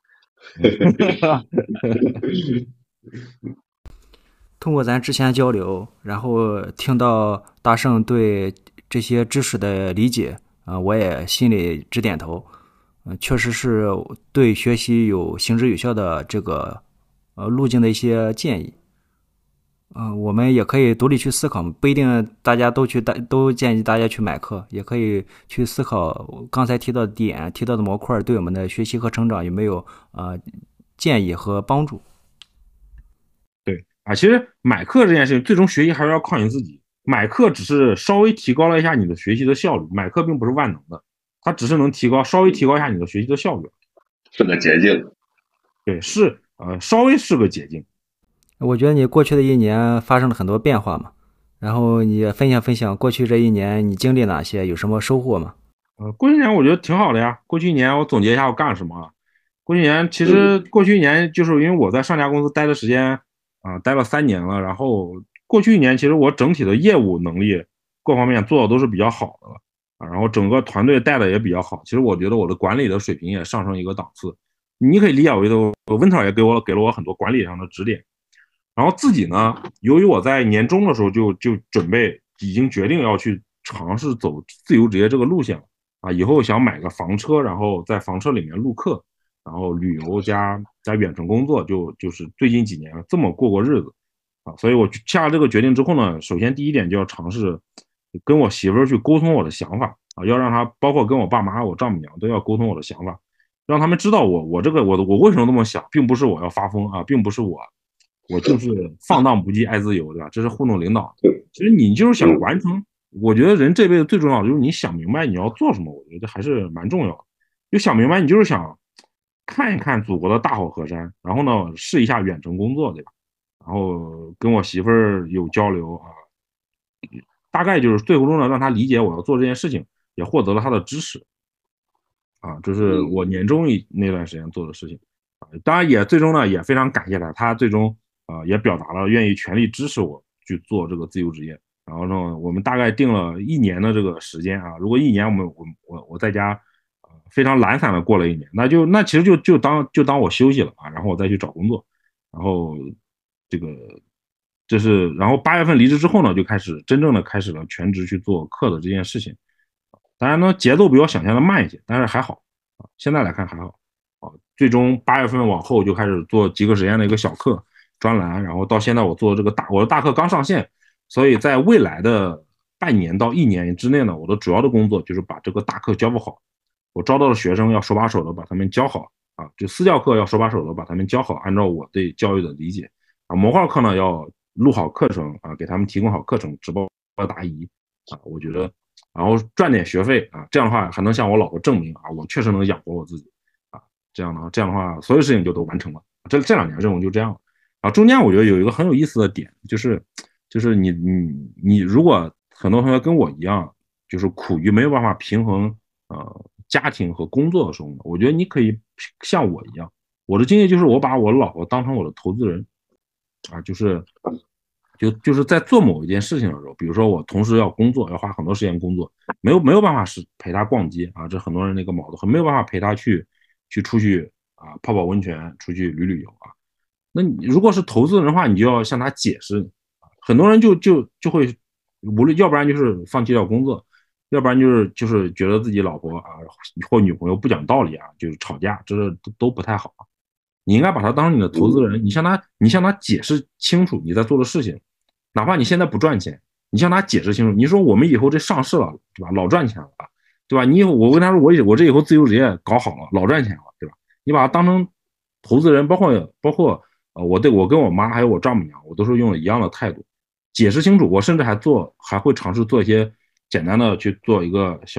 通过咱之前的交流，然后听到大圣对这些知识的理解，啊、呃，我也心里直点头，嗯、呃，确实是对学习有行之有效的这个呃路径的一些建议。嗯、呃，我们也可以独立去思考，不一定大家都去大都建议大家去买课，也可以去思考刚才提到的点、提到的模块对我们的学习和成长有没有呃建议和帮助。 对啊，其实买课这件事情，最终学习还是要靠你自己。买课只是稍微提高了一下你的学习的效率，买课并不是万能的，它只是能提高稍微提高一下你的学习的效率， 是个捷径。 对，是呃稍微是个捷径。 我觉得你过去的一年发生了很多变化嘛，然后你分享分享过去这一年你经历哪些，有什么收获吗？ 呃，过去一年我觉得挺好的呀。过去一年我总结一下我干了什么啊？过去一年其实过去一年就是因为我在上家公司待的时间啊、呃，待了三年了，然后过去一年其实我整体的业务能力各方面做的都是比较好的了啊，然后整个团队带的也比较好。其实我觉得我的管理的水平也上升一个档次。你可以理解为的，温特也给我给了我很多管理上的指点。然后自己呢，由于我在年终的时候就就准备已经决定要去尝试走自由职业这个路线了啊，以后想买个房车，然后在房车里面录课，然后旅游加加远程工作，就就是最近几年这么过过日子啊。所以我下了这个决定之后呢，首先第一点就要尝试跟我媳妇儿去沟通我的想法啊，要让她包括跟我爸妈、我丈母娘都要沟通我的想法，让他们知道我我这个我我为什么这么想，并不是我要发疯啊，并不是我。我就是放荡不羁爱自由，对吧？这是糊弄领导。其实你就是想完成，我觉得人这辈子最重要的就是你想明白你要做什么，我觉得还是蛮重要的。就想明白，你就是想看一看祖国的大好河山，然后呢试一下远程工作，对吧？然后跟我媳妇儿有交流啊，大概就是最终呢让她理解我要做这件事情，也获得了她的支持啊，这是我年终那段时间做的事情啊。当然也最终呢也非常感谢她，她最终。啊，也表达了愿意全力支持我去做这个自由职业。然后呢，我们大概定了一年的这个时间啊。如果一年我们我我我在家，呃，非常懒散的过了一年，那就那其实就就当就当我休息了啊。然后我再去找工作，然后这个这是然后八月份离职之后呢，就开始真正的开始了全职去做课的这件事情。当然呢，节奏比我想象的慢一些，但是还好啊。现在来看还好啊。最终八月份往后就开始做极客实验的一个小课。专栏，然后到现在我做这个大，我的大课刚上线，所以在未来的半年到一年之内呢，我的主要的工作就是把这个大课教不好。我招到的学生要手把手的把他们教好啊，就私教课要手把手的把他们教好，按照我对教育的理解啊。模块课呢要录好课程啊，给他们提供好课程，直播答疑啊。我觉得，然后赚点学费啊，这样的话还能向我老婆证明啊，我确实能养活我自己啊。这样的话，这样的话，所有事情就都完成了。这这两年任务就这样了。啊，中间我觉得有一个很有意思的点，就是就是你你你如果很多同学跟我一样，就是苦于没有办法平衡呃家庭和工作的时候呢，我觉得你可以像我一样，我的经历就是我把我老婆当成我的投资人啊，就是就就是在做某一件事情的时候，比如说我同时要工作，要花很多时间工作，没有没有办法是陪她逛街啊，这很多人那个矛盾，没有办法陪她去去出去啊泡泡温泉，出去旅旅游啊。那你如果是投资人的话，你就要向他解释。很多人就就就会，无论要不然就是放弃掉工作，要不然就是就是觉得自己老婆啊或女朋友不讲道理啊，就是吵架，这是都都不太好。你应该把他当成你的投资人，你向他你向他解释清楚你在做的事情，哪怕你现在不赚钱，你向他解释清楚。你说我们以后这上市了，对吧？老赚钱了，对吧？你以后我跟他说我我这以后自由职业搞好了，老赚钱了，对吧？你把他当成投资人，包括包括。呃，我对我跟我妈还有我丈母娘，我都是用了一样的态度，解释清楚。我甚至还做，还会尝试做一些简单的去做一个小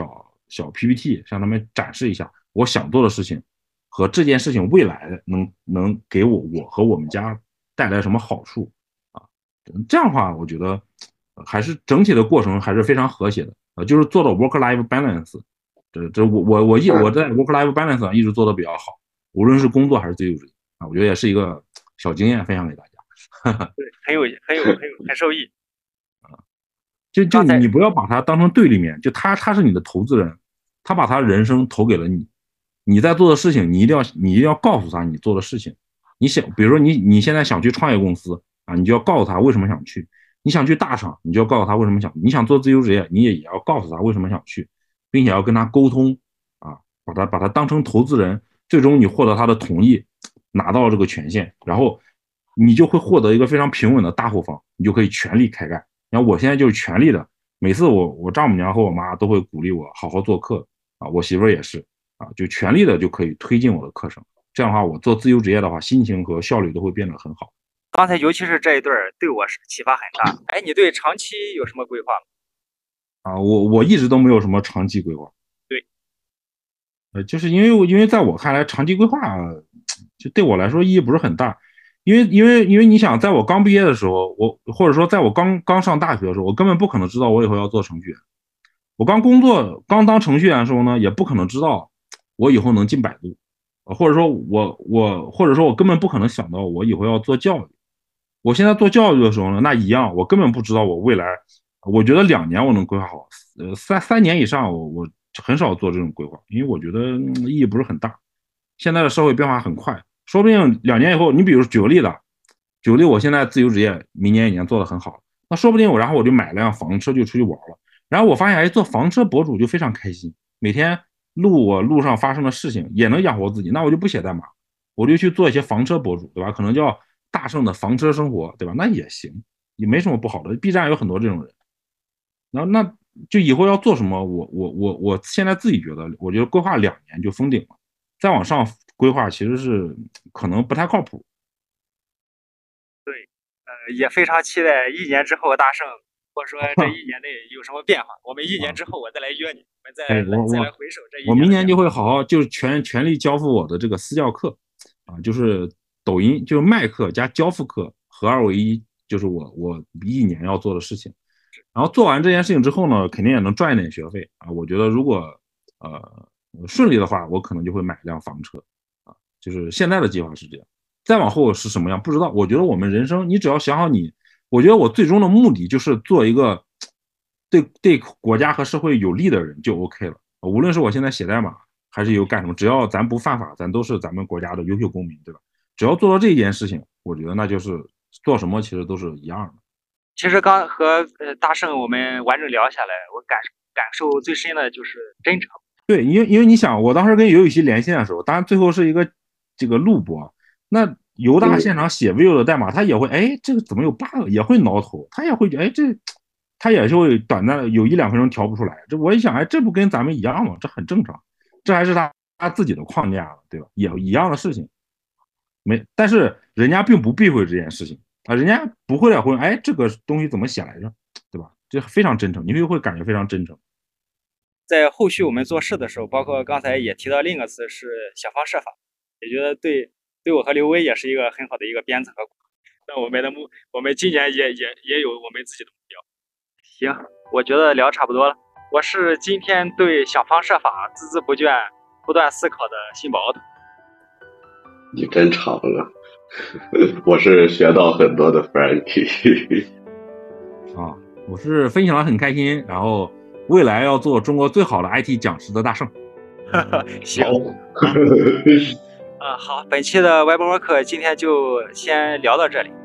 小 P P T 向他们展示一下我想做的事情和这件事情未来能能给我我和我们家带来什么好处啊？这样的话，我觉得还是整体的过程还是非常和谐的，呃，就是做到 work life balance。这这我我我一我在 work life balance 上一直做的比较好，无论是工作还是自由职业啊，我觉得也是一个小经验分享给大家。 对，很有很有很有很受益。 就就你不要把他当成对立面，就他他是你的投资人，他把他人生投给了你，你在做的事情，你一定要你一定要告诉他你做的事情。你想，比如说你你现在想去创业公司啊，你就要告诉他为什么想去；你想去大厂，你就要告诉他为什么想；你想做自由职业，你也也要告诉他为什么想去，并且要跟他沟通啊，把他把他当成投资人，最终你获得他的同意，拿到这个权限，然后你就会获得一个非常平稳的大后方，你就可以全力开干。然后我现在就是全力的，每次我我丈母娘和我妈都会鼓励我好好做课啊，我媳妇儿也是啊，就全力的就可以推进我的课程。这样的话，我做自由职业的话，心情和效率都会变得很好。 刚才尤其是这一对儿对我是启发很大。哎，你对长期有什么规划吗？ 啊，我我一直都没有什么长期规划。 对， 呃，就是因为因为在我看来，长期规划就对我来说意义不是很大。因为因为因为你想，在我刚毕业的时候，我或者说在我刚刚上大学的时候，我根本不可能知道我以后要做程序员。我刚工作刚当程序员的时候呢，也不可能知道我以后能进百度，或者说我我或者说我根本不可能想到我以后要做教育。我现在做教育的时候呢，那一样，我根本不知道我未来，我觉得两年我能规划好，呃三三年以上我我很少做这种规划，因为我觉得、嗯、意义不是很大。现在的社会变化很快。说不定两年以后，你比如举个例子，举个例，我现在自由职业，明年一年做得很好，那说不定我然后我就买了辆房车就出去玩了，然后我发现，哎，做房车博主就非常开心，每天录我路上发生的事情，也能养活自己，那我就不写代码，我就去做一些房车博主，对吧？可能叫大圣的房车生活，对吧？那也行，也没什么不好的。B 站有很多这种人，然后那就以后要做什么，我我我我现在自己觉得，我觉得规划两年就封顶了，再往上规划其实是可能不太靠谱。 对，呃，也非常期待一年之后大圣，或者说这一年内有什么变化。我们一年之后我再来约你，我们再来、 哎、我再来回首这一年。 我明年就会好好就是全全力交付我的这个私教课啊，就是抖音就是卖课加交付课合二为一，就是我我一年要做的事情。然后做完这件事情之后呢，肯定也能赚一点学费啊。我觉得如果呃顺利的话，我可能就会买一辆房车。就是现在的计划是这样，再往后是什么样不知道。我觉得我们人生，你只要想好你，我觉得我最终的目的就是做一个对对国家和社会有利的人就 OK 了。无论是我现在写代码还是有干什么，只要咱不犯法，咱都是咱们国家的优秀公民，对吧？只要做到这一件事情，我觉得那就是做什么其实都是一样的。 其实刚和呃大圣我们完整聊下来，我感感受最深的就是真诚。 对，因为因为你想，我当时跟游戏系连线的时候，当然最后是一个这个录播，那犹大现场写 Vue 的代码，他也会，哎，这个怎么有 bug，也会挠头，他也会，哎，这他也是会短暂的有一两分钟调不出来。这我一想，哎，这不跟咱们一样吗？这很正常，这还是他他自己的框架，对吧？也一样的事情，没，但是人家并不避讳这件事情啊，人家不会来问，哎，这个东西怎么写来着，对吧？这非常真诚，你会会感觉非常真诚。 在后续我们做事的时候，包括刚才也提到另一个词是想方设法，也觉得对对我和刘威也是一个很好的一个鞭策和鼓励。那我们的目，我们今年也也也有我们自己的目标。行，我觉得聊差不多了。我是今天对想方设法、孜孜不倦、不断思考的新宝奥特。 你真长了，我是学到很多的 Frankie。 啊，我是分享了很开心，然后。未来要做中国最好的 I T 讲师的大圣。 行，啊、呃，好，本期的 Web Work 今天就先聊到这里。